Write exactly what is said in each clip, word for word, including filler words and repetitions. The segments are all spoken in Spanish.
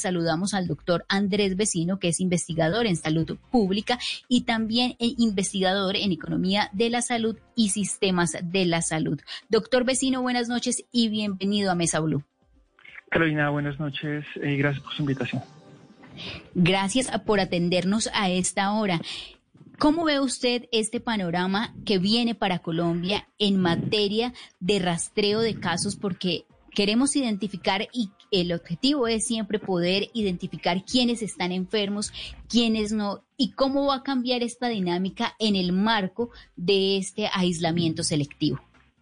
saludamos al doctor Andrés Vecino, que es investigador en salud pública y también investigador en economía de la salud y sistemas de la salud. Doctor Vecino, buenas noches y bienvenido a Mesa Blue. Carolina, buenas noches y gracias por su invitación. Gracias por atendernos a esta hora. ¿Cómo ve usted este panorama que viene para Colombia en materia de rastreo de casos? Porque queremos identificar y el objetivo es siempre poder identificar quiénes están enfermos, quiénes no, y cómo va a cambiar esta dinámica en el marco de este aislamiento selectivo.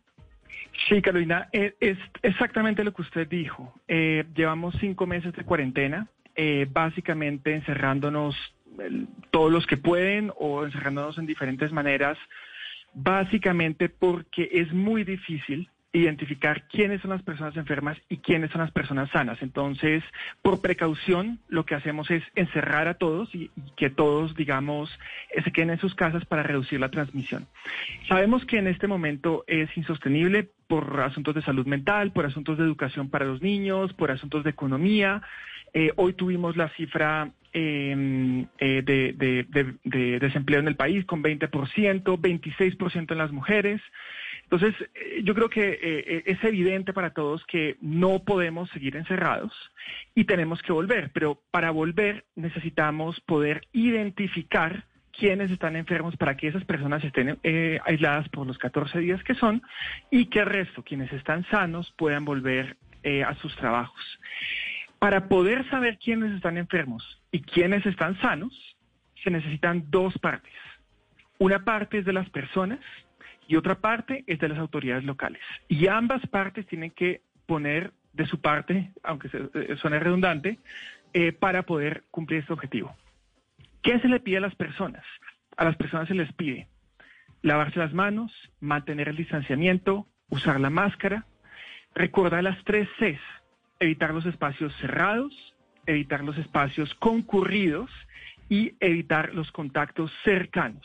Sí, Carolina, es exactamente lo que usted dijo. Eh, llevamos cinco meses de cuarentena, eh, básicamente encerrándonos todos los que pueden o encerrándonos en diferentes maneras, básicamente porque es muy difícil identificar quiénes son las personas enfermas y quiénes son las personas sanas. Entonces, por precaución, lo que hacemos es encerrar a todos y, y que todos, digamos, se queden en sus casas para reducir la transmisión. Sabemos que en este momento es insostenible por asuntos de salud mental, por asuntos de educación para los niños, por asuntos de economía. Eh, hoy tuvimos la cifra eh, eh, de, de, de, de desempleo en el país con veinte por ciento, veintiséis por ciento en las mujeres. Entonces, eh, yo creo que eh, es evidente para todos que no podemos seguir encerrados y tenemos que volver, pero para volver necesitamos poder identificar quiénes están enfermos para que esas personas estén eh, aisladas por los catorce días que son y que el resto, quienes están sanos, puedan volver eh, a sus trabajos. Para poder saber quiénes están enfermos y quiénes están sanos, se necesitan dos partes. Una parte es de las personas y otra parte es de las autoridades locales. Y ambas partes tienen que poner de su parte, aunque suene redundante, eh, para poder cumplir este objetivo. ¿Qué se le pide a las personas? A las personas se les pide lavarse las manos, mantener el distanciamiento, usar la máscara, recordar las tres Cs, evitar los espacios cerrados, evitar los espacios concurridos y evitar los contactos cercanos.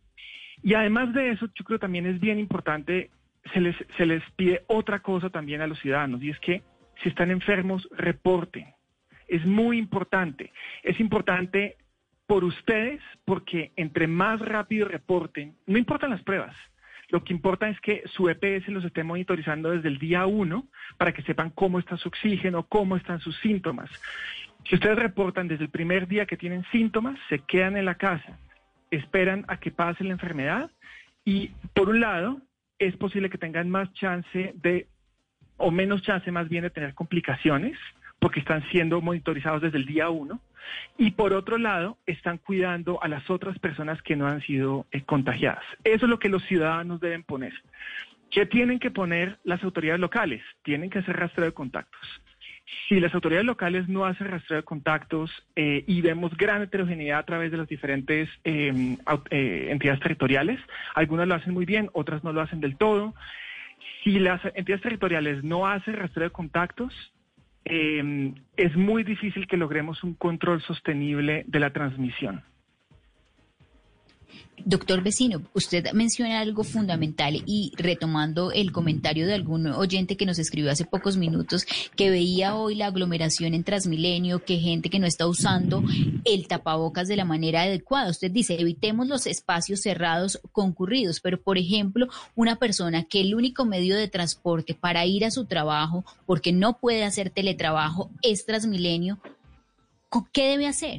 Y además de eso, yo creo también es bien importante, se les, se les pide otra cosa también a los ciudadanos, y es que si están enfermos, reporten. Es muy importante. Es importante por ustedes, porque entre más rápido reporten, no importan las pruebas, lo que importa es que su E P S los esté monitorizando desde el día uno para que sepan cómo está su oxígeno, cómo están sus síntomas. Si ustedes reportan desde el primer día que tienen síntomas, se quedan en la casa, esperan a que pase la enfermedad y, por un lado, es posible que tengan más chance de, o menos chance más bien de tener complicaciones, porque están siendo monitorizados desde el día uno, y por otro lado, están cuidando a las otras personas que no han sido eh, contagiadas. Eso es lo que los ciudadanos deben poner. ¿Qué tienen que poner las autoridades locales? Tienen que hacer rastreo de contactos. Si las autoridades locales no hacen rastreo de contactos eh, y vemos gran heterogeneidad a través de las diferentes eh, eh, entidades territoriales, algunas lo hacen muy bien, otras no lo hacen del todo. Si las entidades territoriales no hacen rastreo de contactos, eh, es muy difícil que logremos un control sostenible de la transmisión. Doctor Vecino, usted menciona algo fundamental y retomando el comentario de algún oyente que nos escribió hace pocos minutos, que veía hoy la aglomeración en Transmilenio, que gente que no está usando el tapabocas de la manera adecuada. Usted dice, evitemos los espacios cerrados concurridos, pero por ejemplo, una persona que el único medio de transporte para ir a su trabajo, porque no puede hacer teletrabajo, es Transmilenio, ¿qué debe hacer?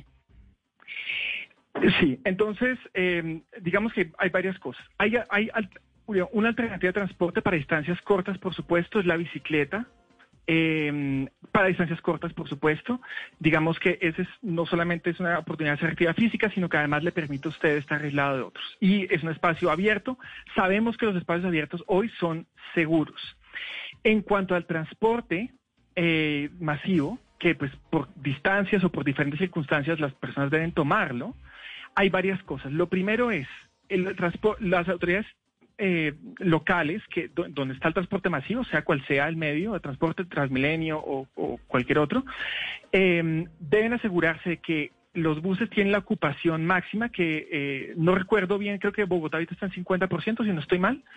Sí, entonces, eh, digamos que hay varias cosas. Hay, hay una alternativa de transporte para distancias cortas, por supuesto, es la bicicleta. Eh, para distancias cortas, por supuesto. Digamos que ese es, no solamente es una oportunidad de hacer actividad física, sino que además le permite a usted estar aislado de otros. Y es un espacio abierto. Sabemos que los espacios abiertos hoy son seguros. En cuanto al transporte eh, masivo, que pues por distancias o por diferentes circunstancias las personas deben tomarlo, hay varias cosas. Lo primero es, el transporte, las autoridades eh, locales, que do, donde está el transporte masivo, sea cual sea el medio de transporte, Transmilenio o, o cualquier otro, eh, deben asegurarse de que los buses tienen la ocupación máxima, que eh, no recuerdo bien, creo que Bogotá ahorita está en cincuenta por ciento, si no estoy mal.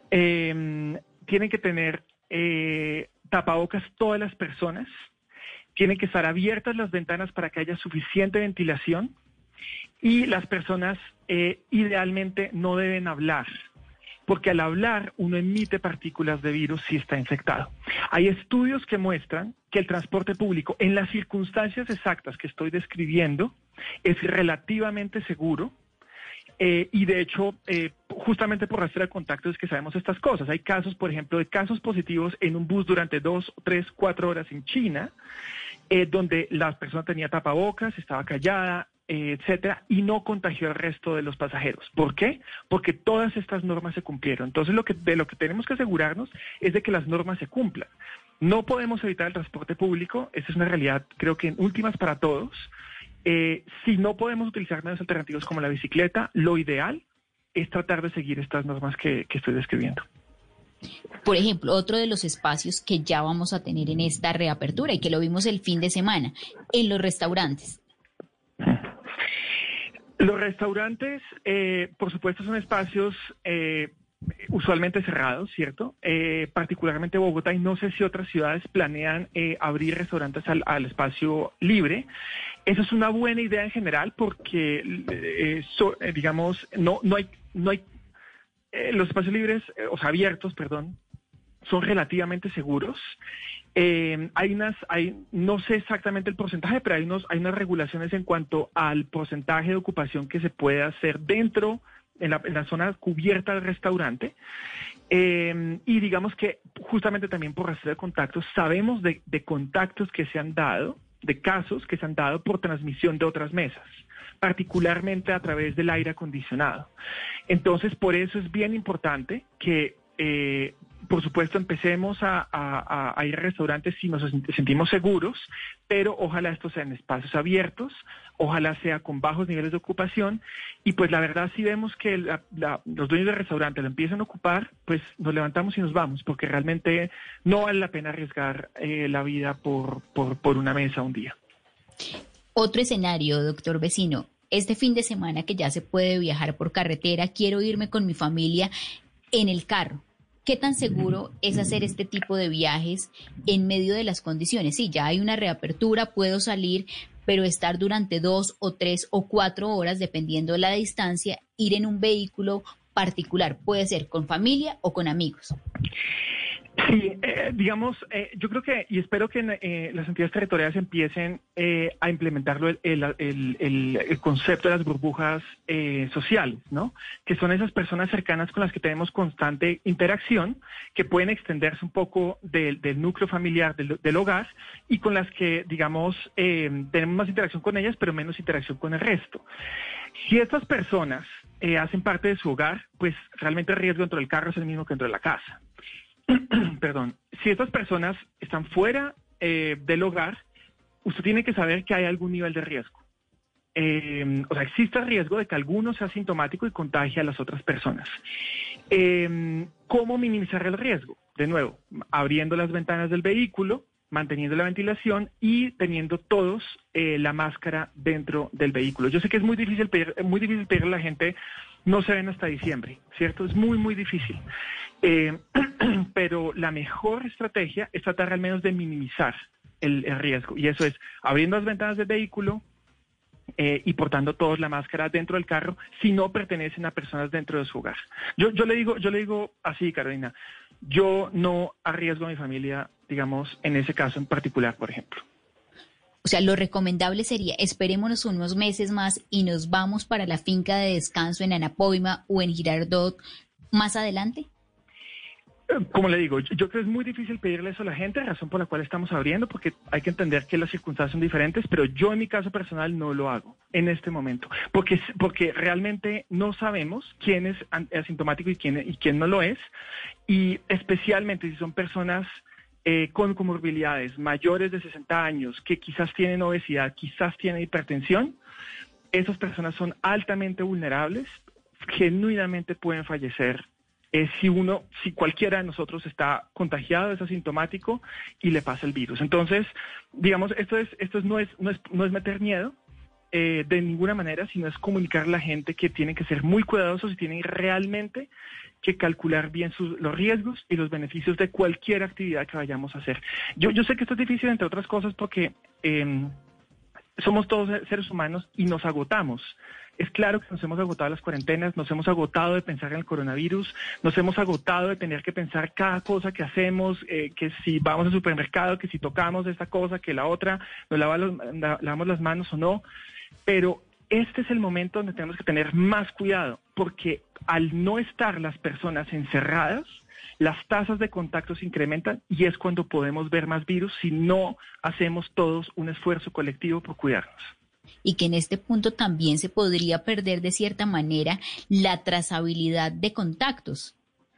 Eh, tienen que tener eh, tapabocas todas las personas. Tienen que estar abiertas las ventanas para que haya suficiente ventilación y las personas eh, idealmente no deben hablar, porque al hablar uno emite partículas de virus si está infectado. Hay estudios que muestran que el transporte público, en las circunstancias exactas que estoy describiendo, es relativamente seguro. Eh, y de hecho, eh, justamente por rastreo de contactos es que sabemos estas cosas. Hay casos, por ejemplo, de casos positivos en un bus durante dos, tres, cuatro horas en China, eh, donde la persona tenía tapabocas, estaba callada, eh, etcétera, y no contagió al resto de los pasajeros. ¿Por qué? Porque todas estas normas se cumplieron. Entonces, lo que, de lo que tenemos que asegurarnos es de que las normas se cumplan. No podemos evitar el transporte público, esa es una realidad, creo que en últimas para todos. Eh, si no podemos utilizar medios alternativos como la bicicleta, lo ideal es tratar de seguir estas normas que, que estoy describiendo. Por ejemplo, otro de los espacios que ya vamos a tener en esta reapertura y que lo vimos el fin de semana, en los restaurantes. Los restaurantes, eh, por supuesto, son espacios eh, usualmente cerrados, ¿cierto? Eh, particularmente Bogotá, y no sé si otras ciudades planean eh, abrir restaurantes al, al espacio libre. Eso es una buena idea en general porque, eh, so, eh, digamos, no, no hay, no hay eh, los espacios libres, eh, o sea, abiertos, perdón, son relativamente seguros. Eh, hay unas, hay, no sé exactamente el porcentaje, pero hay unos, hay unas regulaciones en cuanto al porcentaje de ocupación que se puede hacer dentro, en la, en la zona cubierta del restaurante. Eh, y digamos que justamente también por rastreo de contactos, sabemos de, de contactos que se han dado, de casos que se han dado por transmisión de otras mesas, particularmente a través del aire acondicionado. Entonces, por eso es bien importante que, eh, por supuesto, empecemos a, a, a ir a restaurantes si nos sentimos seguros, pero ojalá estos sean espacios abiertos, ojalá sea con bajos niveles de ocupación, y pues la verdad si vemos que la, la, los dueños del restaurante lo empiezan a ocupar, pues nos levantamos y nos vamos, porque realmente no vale la pena arriesgar eh, la vida por, por, por una mesa un día. Otro escenario, doctor Vecino, este fin de semana que ya se puede viajar por carretera, quiero irme con mi familia en el carro. ¿Qué tan seguro es hacer este tipo de viajes en medio de las condiciones? Sí, ya hay una reapertura, puedo salir, pero estar durante dos o tres o cuatro horas, dependiendo de la distancia, ir en un vehículo particular, puede ser con familia o con amigos. Sí, eh, digamos, eh, yo creo que, y espero que eh, las entidades territoriales empiecen eh, a implementarlo el, el, el, el, el concepto de las burbujas eh, sociales, ¿no? Que son esas personas cercanas con las que tenemos constante interacción, que pueden extenderse un poco del, del núcleo familiar, del, del hogar, y con las que, digamos, eh, tenemos más interacción con ellas, pero menos interacción con el resto. Si estas personas eh, hacen parte de su hogar, pues realmente el riesgo dentro del carro es el mismo que dentro de la casa. Perdón, si estas personas están fuera eh, del hogar, usted tiene que saber que hay algún nivel de riesgo. Eh, o sea, existe el riesgo de que alguno sea asintomático y contagie a las otras personas. Eh, ¿Cómo minimizar el riesgo? De nuevo, abriendo las ventanas del vehículo, manteniendo la ventilación y teniendo todos eh, la máscara dentro del vehículo. Yo sé que es muy difícil pedir, muy difícil pedirle a la gente, no se ven hasta diciembre, ¿cierto? Es muy, muy difícil. Eh, pero la mejor estrategia es tratar al menos de minimizar el, el riesgo. Y eso es abriendo las ventanas del vehículo eh, y portando todos la máscara dentro del carro si no pertenecen a personas dentro de su hogar. Yo, yo le digo, yo le digo así, Carolina, yo no arriesgo a mi familia, digamos, en ese caso en particular, por ejemplo. O sea, lo recomendable sería esperémonos unos meses más y nos vamos para la finca de descanso en Anapoima o en Girardot más adelante. Como le digo, yo creo que es muy difícil pedirle eso a la gente, razón por la cual estamos abriendo, porque hay que entender que las circunstancias son diferentes, pero yo en mi caso personal no lo hago en este momento, porque, porque realmente no sabemos quién es asintomático y quién, y quién no lo es, y especialmente si son personas eh, con comorbilidades mayores de sesenta años, que quizás tienen obesidad, quizás tienen hipertensión, esas personas son altamente vulnerables, genuinamente pueden fallecer. Eh, si uno, si cualquiera de nosotros está contagiado, es asintomático y le pasa el virus. Entonces, digamos, esto es, esto es, no es, no es, no es meter miedo, eh, de ninguna manera, sino es comunicar a la gente que tienen que ser muy cuidadosos y tienen realmente que calcular bien sus, los riesgos y los beneficios de cualquier actividad que vayamos a hacer. Yo, yo sé que esto es difícil, entre otras cosas, porque eh, somos todos seres humanos y nos agotamos. Es claro que nos hemos agotado las cuarentenas, nos hemos agotado de pensar en el coronavirus, nos hemos agotado de tener que pensar cada cosa que hacemos, eh, que si vamos al supermercado, que si tocamos esta cosa, que la otra, nos lavamos, lavamos las manos o no, pero este es el momento donde tenemos que tener más cuidado, porque al no estar las personas encerradas, las tasas de contacto se incrementan y es cuando podemos ver más virus si no hacemos todos un esfuerzo colectivo por cuidarnos. Y que en este punto también se podría perder de cierta manera la trazabilidad de contactos.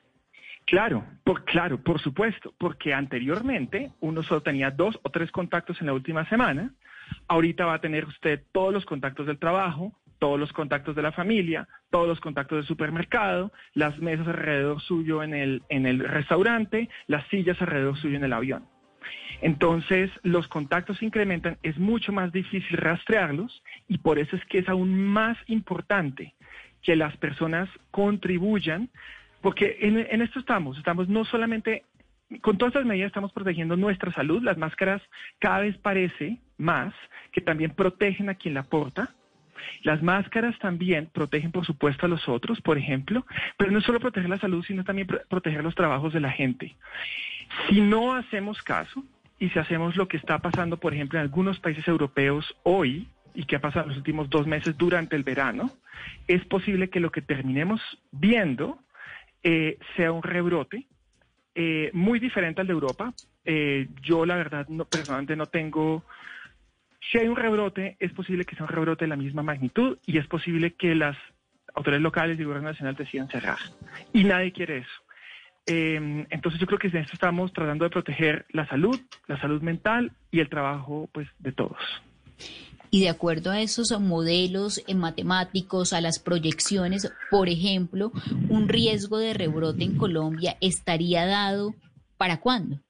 Claro, por, claro, por supuesto, porque anteriormente uno solo tenía dos o tres contactos en la última semana. Ahorita va a tener usted todos los contactos del trabajo, todos los contactos de la familia, todos los contactos del supermercado, las mesas alrededor suyo en el, en el restaurante, las sillas alrededor suyo en el avión. Entonces, los contactos se incrementan, es mucho más difícil rastrearlos y por eso es que es aún más importante que las personas contribuyan, porque en, en esto estamos, estamos no solamente, con todas estas medidas estamos protegiendo nuestra salud, las máscaras cada vez parece más que también protegen a quien la porta. Las máscaras también protegen, por supuesto, a los otros, por ejemplo, pero no solo proteger la salud, sino también pro- proteger los trabajos de la gente. Si no hacemos caso y si hacemos lo que está pasando, por ejemplo, en algunos países europeos hoy y que ha pasado en los últimos dos meses durante el verano, es posible que lo que terminemos viendo eh, sea un rebrote eh, muy diferente al de Europa. Eh, yo, la verdad, no, personalmente no tengo... Si hay un rebrote, es posible que sea un rebrote de la misma magnitud y es posible que las autoridades locales y el gobierno nacional decidan cerrar. Y nadie quiere eso. Eh, entonces yo creo que en esto estamos tratando de proteger la salud, la salud mental y el trabajo pues de todos. Y de acuerdo a esos modelos eh, matemáticos, a las proyecciones, por ejemplo, un riesgo de rebrote en Colombia estaría dado ¿para cuándo?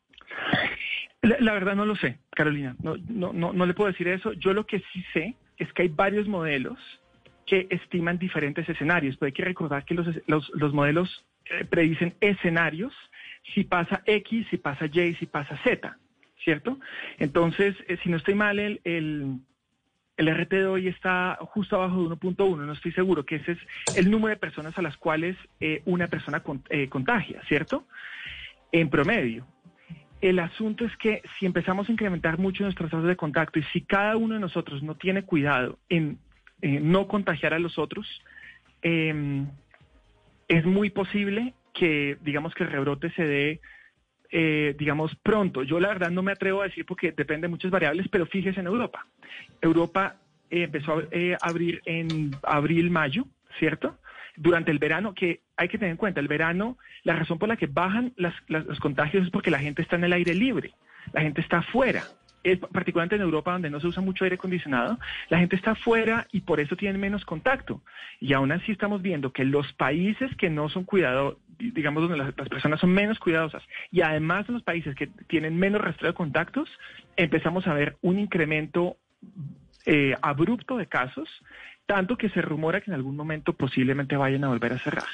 La, la verdad no lo sé, Carolina, no, no, no, no le puedo decir eso. Yo lo que sí sé es que hay varios modelos que estiman diferentes escenarios, pero hay que recordar que los, los, los modelos eh, predicen escenarios, si pasa X, si pasa Y, si pasa Z, ¿cierto? Entonces, eh, si no estoy mal, el, el, el R T de hoy está justo abajo de uno punto uno, no estoy seguro, que ese es el número de personas a las cuales eh, una persona con, eh, contagia, ¿cierto? En promedio. El asunto es que si empezamos a incrementar mucho nuestras tasas de contacto y si cada uno de nosotros no tiene cuidado en eh, no contagiar a los otros, eh, es muy posible que, digamos, que el rebrote se dé, eh, digamos, pronto. Yo la verdad no me atrevo a decir porque depende de muchas variables, pero fíjese en Europa. Europa eh, empezó a eh, abrir en abril, mayo, ¿cierto? Durante el verano, que hay que tener en cuenta, el verano, la razón por la que bajan las, las, los contagios es porque la gente está en el aire libre, la gente está afuera, es, particularmente en Europa donde no se usa mucho aire acondicionado, la gente está afuera y por eso tienen menos contacto. Y aún así estamos viendo que los países que no son cuidados, digamos donde las, las personas son menos cuidadosas, y además en los países que tienen menos rastreo de contactos, empezamos a ver un incremento eh, abrupto de casos, tanto que se rumora que en algún momento posiblemente vayan a volver a cerrar.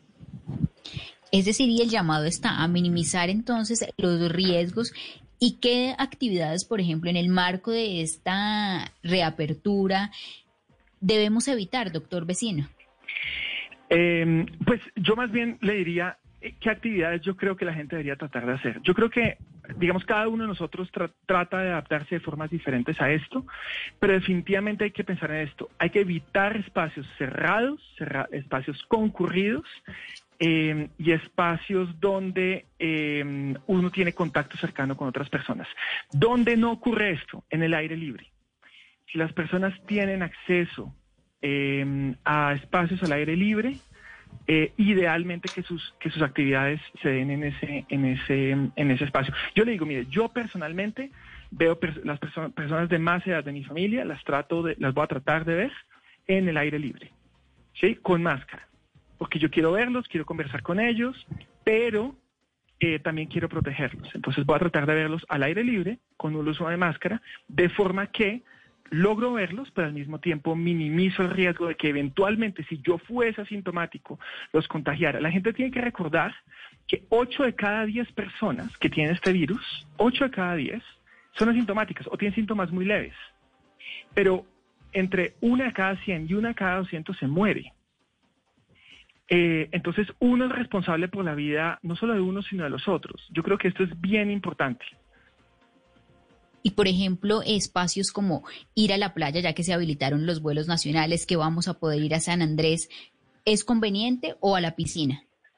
Es decir, y el llamado está a minimizar entonces los riesgos. ¿Y qué actividades, por ejemplo, en el marco de esta reapertura debemos evitar, doctor Vecino? Eh, pues yo más bien le diría qué actividades yo creo que la gente debería tratar de hacer. Yo creo que, digamos, cada uno de nosotros tra- trata de adaptarse de formas diferentes a esto, pero definitivamente hay que pensar en esto. Hay que evitar espacios cerrados, cerra- espacios concurridos eh, y espacios donde eh, uno tiene contacto cercano con otras personas. ¿Dónde no ocurre esto? En el aire libre. Si las personas tienen acceso eh, a espacios al aire libre, Eh, idealmente que sus que sus actividades se den en ese en ese en ese espacio. Yo le digo, mire, yo personalmente veo pers- las perso- personas de más edad de mi familia, las trato de las voy a tratar de ver en el aire libre, ¿sí? Con máscara, porque yo quiero verlos, quiero conversar con ellos, pero eh, también quiero protegerlos. Entonces voy a tratar de verlos al aire libre con un uso de máscara, de forma que logro verlos, pero al mismo tiempo minimizo el riesgo de que eventualmente, si yo fuese asintomático, los contagiara. La gente tiene que recordar que ocho de cada diez personas que tienen este virus, ocho de cada diez, son asintomáticas o tienen síntomas muy leves. Pero entre una de cada cien y una de cada doscientos se muere. Eh, entonces, uno es responsable por la vida no solo de uno, sino de los otros. Yo creo que esto es bien importante. Y, por ejemplo, espacios como ir a la playa, ya que se habilitaron los vuelos nacionales, que vamos a poder ir a San Andrés, ¿es conveniente o a la piscina?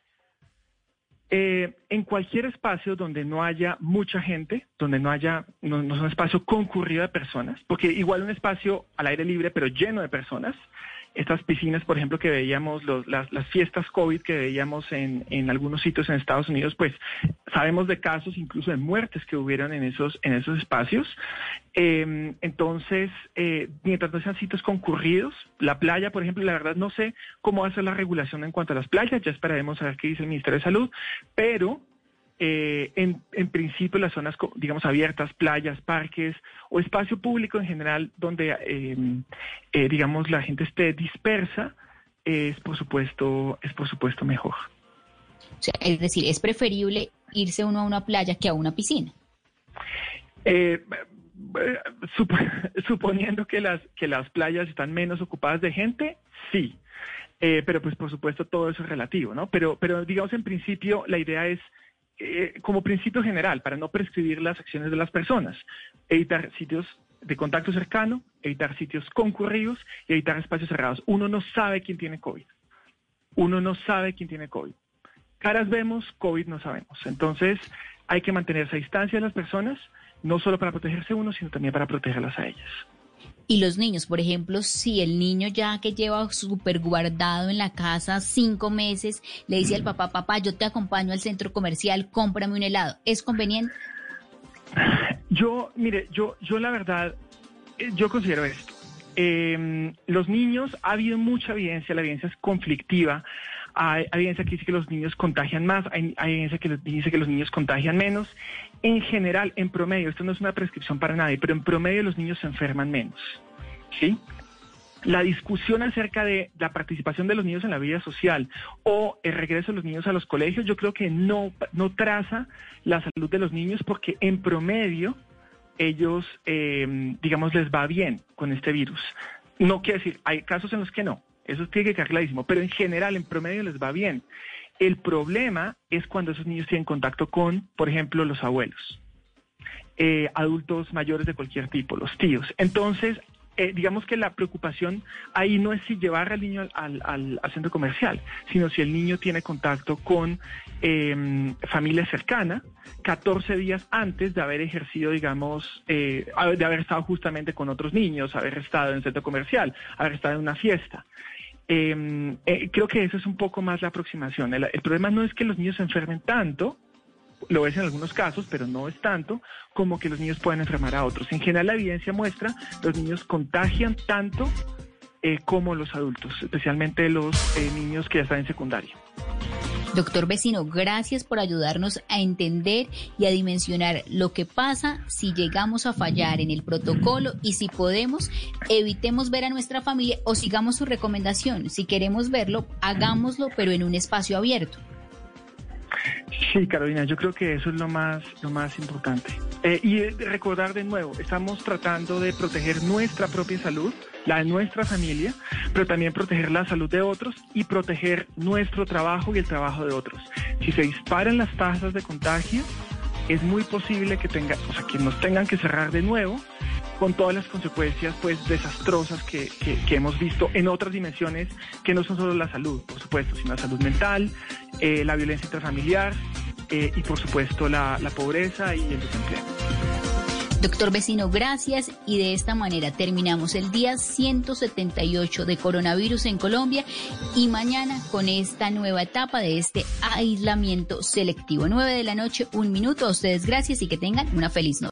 Eh, en cualquier espacio donde no haya mucha gente, donde no haya, no, no es un espacio concurrido de personas, porque igual un espacio al aire libre, pero lleno de personas, estas piscinas, por ejemplo, que veíamos, los, las, las fiestas COVID que veíamos en, en algunos sitios en Estados Unidos, pues sabemos de casos incluso de muertes que hubieron en esos, en esos espacios. Eh, entonces, eh, mientras no sean sitios concurridos, la playa, por ejemplo, la verdad no sé cómo va a ser la regulación en cuanto a las playas, ya esperaremos a ver qué dice el Ministerio de Salud, pero Eh, en, en principio las zonas, digamos, abiertas, playas, parques o espacio público en general donde, eh, eh, digamos, la gente esté dispersa, es por supuesto, es por supuesto mejor. O sea, es decir, ¿es preferible irse uno a una playa que a una piscina? Eh, sup suponiendo que las, que las playas están menos ocupadas de gente, sí. Eh, pero pues por supuesto todo eso es relativo, ¿no? Pero, pero digamos, en principio la idea es Eh, como principio general, para no prescribir las acciones de las personas, evitar sitios de contacto cercano, evitar sitios concurridos y evitar espacios cerrados. Uno no sabe quién tiene COVID. Uno no sabe quién tiene COVID. Caras vemos, COVID no sabemos. Entonces, hay que mantenerse a distancia de las personas, no solo para protegerse uno, sino también para protegerlas a ellas. Y los niños, por ejemplo, si el niño ya que lleva súper guardado en la casa cinco meses, le dice al papá, papá, yo te acompaño al centro comercial, cómprame un helado, ¿es conveniente? Yo, mire, yo, yo la verdad, yo considero esto. Eh, los niños, ha habido mucha evidencia, la evidencia es conflictiva. Hay evidencia que dice que los niños contagian más, hay, hay evidencia que dice que los niños contagian menos. En general, en promedio, esto no es una prescripción para nadie, pero en promedio los niños se enferman menos, ¿sí? La discusión acerca de la participación de los niños en la vida social o el regreso de los niños a los colegios, yo creo que no, no traza la salud de los niños porque en promedio ellos, eh, digamos, les va bien con este virus. No quiere decir, hay casos en los que no. Eso tiene que quedar clarísimo, pero en general, en promedio les va bien. El problema es cuando esos niños tienen contacto con, por ejemplo, los abuelos, eh, adultos mayores de cualquier tipo, los tíos. Entonces, eh, digamos que la preocupación ahí no es si llevar al niño al, al, al centro comercial, sino si el niño tiene contacto con eh, familia cercana, catorce días antes de haber ejercido, digamos, eh, de haber estado justamente con otros niños, haber estado en el centro comercial, haber estado en una fiesta. Eh, eh, creo que eso es un poco más la aproximación. El, el problema no es que los niños se enfermen tanto, lo es en algunos casos, pero no es tanto, como que los niños pueden enfermar a otros. En general la evidencia muestra que los niños contagian tanto eh, como los adultos, especialmente los eh, niños que ya están en secundaria. Doctor Vecino, gracias por ayudarnos a entender y a dimensionar lo que pasa si llegamos a fallar en el protocolo y si podemos, evitemos ver a nuestra familia o sigamos su recomendación. Si queremos verlo, hagámoslo, pero en un espacio abierto. Sí, Carolina, yo creo que eso es lo más, lo más importante. Eh, y recordar de nuevo, estamos tratando de proteger nuestra propia salud, la de nuestra familia, pero también proteger la salud de otros y proteger nuestro trabajo y el trabajo de otros. Si se disparan las tasas de contagio, es muy posible que tenga, o sea, que nos tengan que cerrar de nuevo, con todas las consecuencias pues desastrosas que, que, que hemos visto en otras dimensiones que no son solo la salud, por supuesto, sino la salud mental, eh, la violencia intrafamiliar eh, y por supuesto la, la pobreza y el desempleo. Doctor Vecino, gracias, y de esta manera terminamos el día ciento setenta y ocho de coronavirus en Colombia y mañana con esta nueva etapa de este aislamiento selectivo. nueve de la noche, un minuto. A ustedes gracias y que tengan una feliz noche.